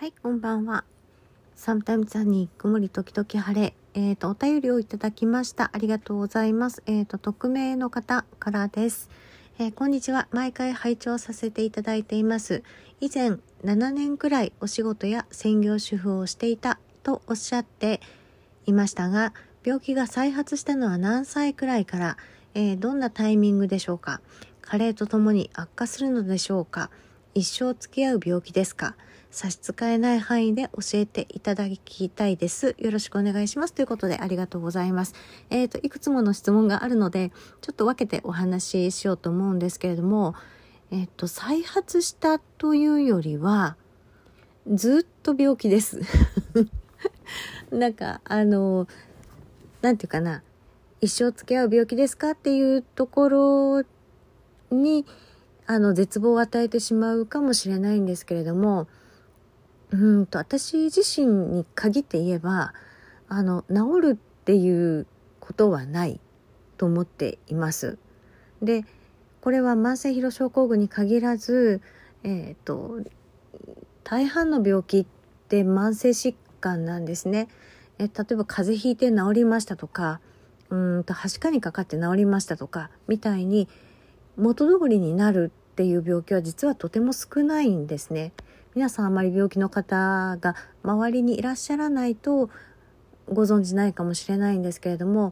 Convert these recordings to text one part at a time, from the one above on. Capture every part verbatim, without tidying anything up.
はい、こんばんは。サムタイムズサニー、曇り時々晴れ。えっ、と、お便りをいただきました。ありがとうございます。えっ、と、匿名の方からです。えー、こんにちは。毎回拝聴させていただいています。以前、ななねんくらいお仕事や専業主婦をしていたとおっしゃっていましたが、病気が再発したのは何歳くらいから、えー、どんなタイミングでしょうか。加齢とともに悪化するのでしょうか。一生付き合う病気ですか。差し支えない範囲で教えていただきたいです。よろしくお願いします。ということでありがとうございます。えっと、いくつもの質問があるので、ちょっと分けてお話ししようと思うんですけれども、えっと、再発したというよりは、ずっと病気です。なんか、あの、なんていうかな、一生付き合う病気ですかっていうところに、あの、絶望を与えてしまうかもしれないんですけれども、うんと私自身に限って言えばあの治るっていうことはないと思っています。でこれは慢性疲労症候群に限らず、えーと、大半の病気って慢性疾患なんですね。え例えば風邪ひいて治りましたとか、うんとはしかにかかって治りましたとかみたいに元通りになるっていう病気は実はとても少ないんですね。皆さんあまり病気の方が周りにいらっしゃらないとご存じないかもしれないんですけれども、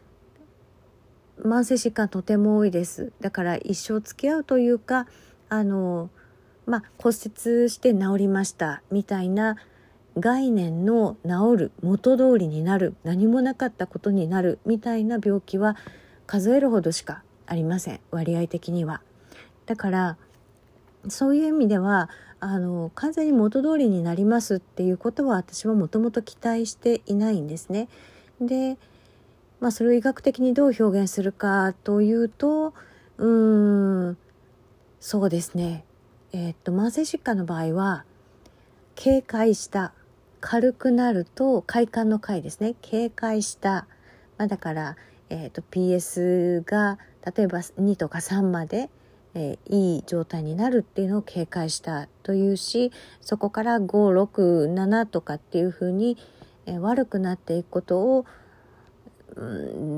慢性疾患とても多いです。だから一生付き合うというか、あの、まあ、骨折して治りましたみたいな概念の治る、元通りになる、何もなかったことになるみたいな病気は数えるほどしかありません、割合的には。だからそういう意味ではあの完全に元通りになりますっていうことは私はもともと期待していないんですね。で、まあ、それを医学的にどう表現するかというと、うーんそうですね、えー、っと慢性疾患の場合は軽快した軽くなると快感の快ですね、軽快した、まあ、だから、えー、っと ピーエス が例えばにとかさんまでえー、いい状態になるっていうのを警戒したというし、そこからご、ろく、ななとかっていうふうに、えー、悪くなっていくことを、うん、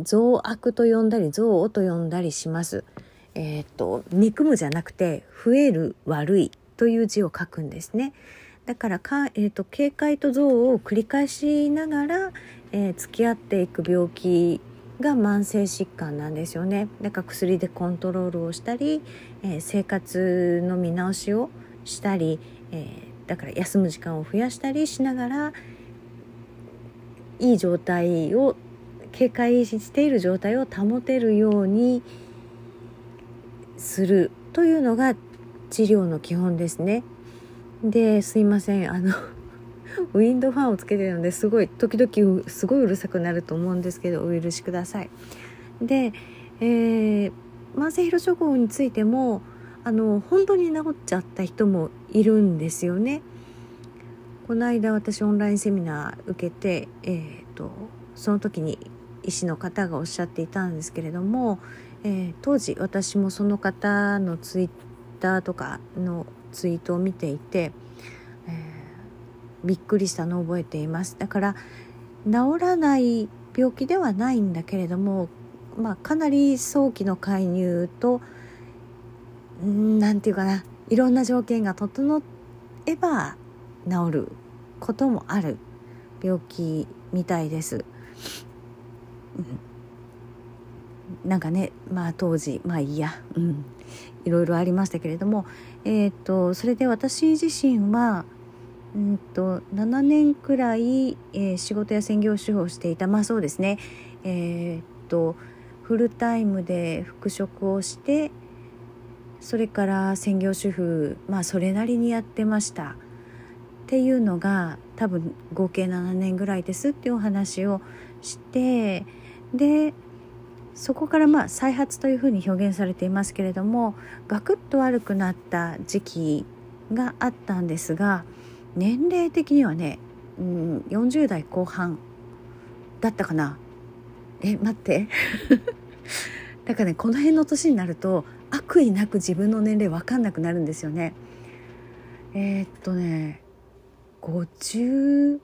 増悪と呼んだり増悪と呼んだりします。えー、っと憎むじゃなくて増える悪いという字を書くんですね。だからか、えー、っと警戒と増を繰り返しながら、えー、付き合っていく病気が慢性疾患なんですよね。だから薬でコントロールをしたり、えー、生活の見直しをしたり、えー、だから休む時間を増やしたりしながらいい状態を警戒している状態を保てるようにするというのが治療の基本ですね。ですいません、あのウィンドファンをつけてるのですごい時々すごいうるさくなると思うんですけどお許しください。で、えー、慢性疲労症候群についてもあの本当に治っちゃった人もいるんですよね。この間私オンラインセミナー受けて、えー、とその時に医師の方がおっしゃっていたんですけれども、えー、当時私もその方のツイッターとかのツイートを見ていて、えー、びっくりしたのを覚えています。だから治らない病気ではないんだけれども、まあ、かなり早期の介入とんなんていうかないろんな条件が整えば治ることもある病気みたいです、うん、なんかね、まあ当時まあいいや、うん、いろいろありましたけれども、えー、とそれで私自身はうんとななねんくらい、えー、仕事や専業主婦をしていた。まあそうですね、えー、っとフルタイムで復職をしてそれから専業主婦、まあそれなりにやってましたっていうのが多分合計ななねんぐらいですっていうお話をして、でそこからまあ再発というふうに表現されていますけれども、ガクッと悪くなった時期があったんですが、年齢的にはね、うん、よんじゅう代後半だったかな。え待ってだからね、この辺の年になると悪意なく自分の年齢分かんなくなるんですよね。えー、っとねごじゅう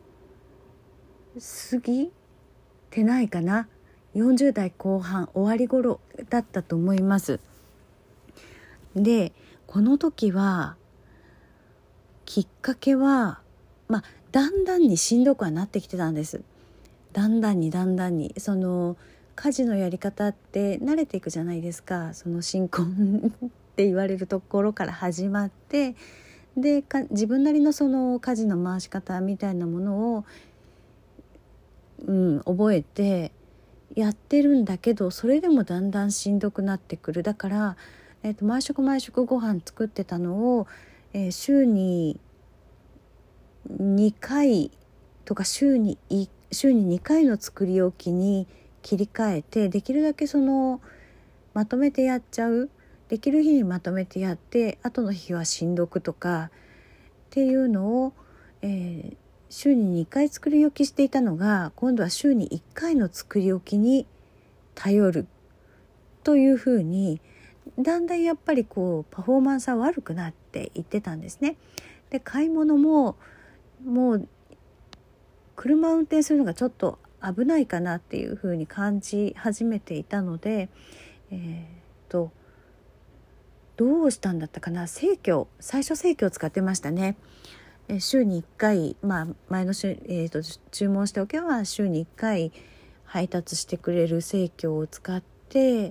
過ぎてないかな、よんじゅう代後半終わり頃だったと思います。でこの時はきっかけは、まあ、だんだんにしんどくはなってきてたんです。だんだんにだんだんにその家事のやり方って慣れていくじゃないですか。その新婚って言われるところから始まって、でか自分なりのその家事の回し方みたいなものを、うん、覚えてやってるんだけど、それでもだんだんしんどくなってくる。だから、えーと、毎食毎食ご飯作ってたのを、えー、週ににかいとか週に週ににかいの作り置きに切り替えて、できるだけそのまとめてやっちゃう、できる日にまとめてやって後の日はしんどくとかっていうのを、えー、週ににかい作り置きしていたのが、今度は週にいっかいの作り置きに頼るというふうに、だんだんやっぱりこうパフォーマンスは悪くなっていってたんですね。で買い物ももう車を運転するのがちょっと危ないかなっていうふうに感じ始めていたので、えー、とどうしたんだったかな、生協、最初生協を使ってましたね。えー、週にいっかい、まあ、前の週、えー、と注文しておけば週にいっかい配達してくれる生協を使って、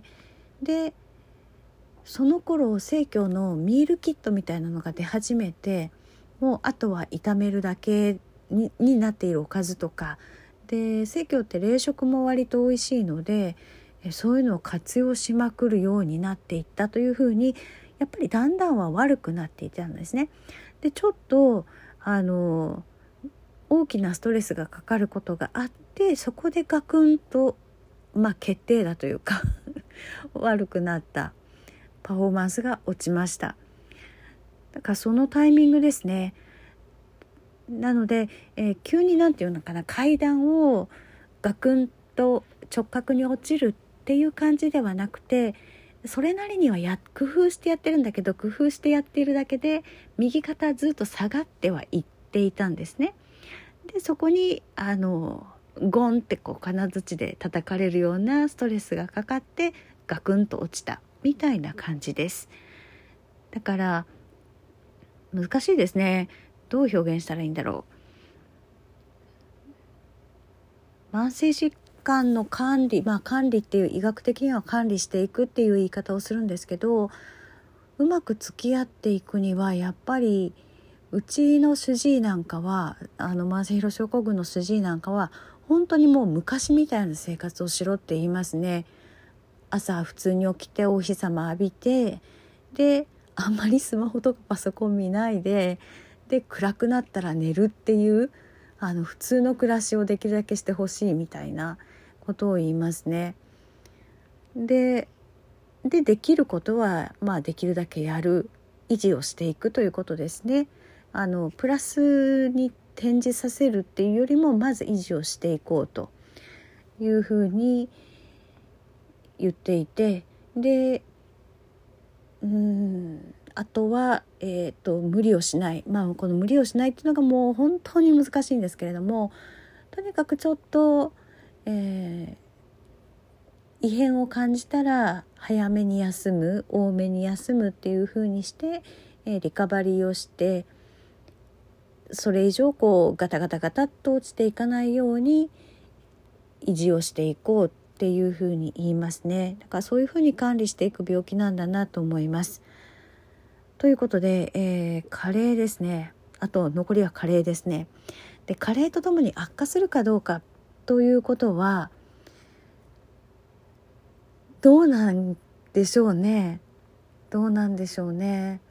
でその頃生協のミールキットみたいなのが出始めて、もうあとは炒めるだけに, になっているおかずとかで、生協って冷食も割と美味しいので、そういうのを活用しまくるようになっていったというふうに、やっぱりだんだんは悪くなっていったんですね。でちょっとあの大きなストレスがかかることがあって、そこでガクンと、まあ、決定打というか悪くなった、パフォーマンスが落ちました。だからそのタイミングですね。なので、えー、急になんていうのかな、階段をガクンと直角に落ちるっていう感じではなくて、それなりにはや工夫してやってるんだけど、工夫してやっているだけで右肩ずっと下がってはいっていたんですね。でそこにあのゴンってこう金槌で叩かれるようなストレスがかかってガクンと落ちたみたいな感じです。だから難しいですね。どう表現したらいいんだろう。慢性疾患の管理、まあ管理っていう、医学的には管理していくっていう言い方をするんですけど、うまく付き合っていくにはやっぱり、うちの主治医なんかは、あの慢性疲労症候群の主治医なんかは本当にもう昔みたいな生活をしろって言いますね。朝普通に起きてお日様浴びて、であんまりスマホとかパソコン見ないで、で暗くなったら寝るっていう、あの普通の暮らしをできるだけしてほしいみたいなことを言いますね。ででできることは、まあ、できるだけやる、維持をしていくということですね。あのプラスに転じさせるっていうよりも、まず維持をしていこうというふうに言っていて、でうーんあとは、えー、と無理をしない、まあ、この無理をしないっていうのがもう本当に難しいんですけれども、とにかくちょっと、えー、異変を感じたら早めに休む、多めに休むっていう風にして、えー、リカバリーをして、それ以上こうガタガタガタっと落ちていかないように維持をしていこうっていう風に言いますね。だからそういう風に管理していく病気なんだなと思います。ということで、えー、加齢ですね。あと残りは加齢ですね。で加齢とともに悪化するかどうかということはどうなんでしょうね。どうなんでしょうね。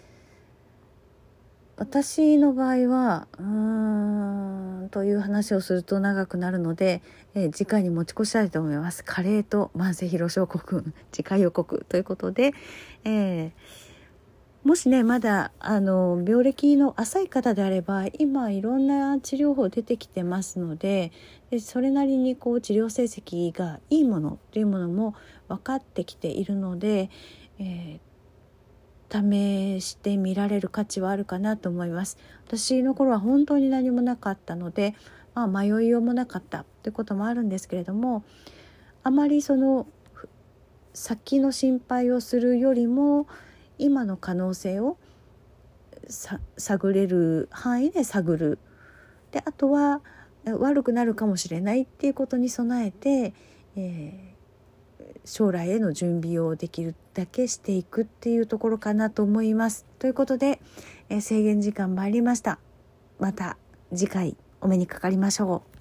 私の場合はうーんという話をすると長くなるので、えー、次回に持ち越したいと思います。加齢と慢性疲労症候群次回予告ということで、えー、もしねまだあの病歴の浅い方であれば、今いろんな治療法出てきてますので、でそれなりにこう治療成績がいいものというものも分かってきているので、えー試してみられる価値はあるかなと思います。私の頃は本当に何もなかったので、まあ、迷いようもなかったってこともあるんですけれども、あまりその先の心配をするよりも今の可能性をさ探れる範囲で探る。であとは悪くなるかもしれないっていうことに備えて、えー将来への準備をできるだけしていくっていうところかなと思います。ということで、えー制限時間参りました。また次回お目にかかりましょう。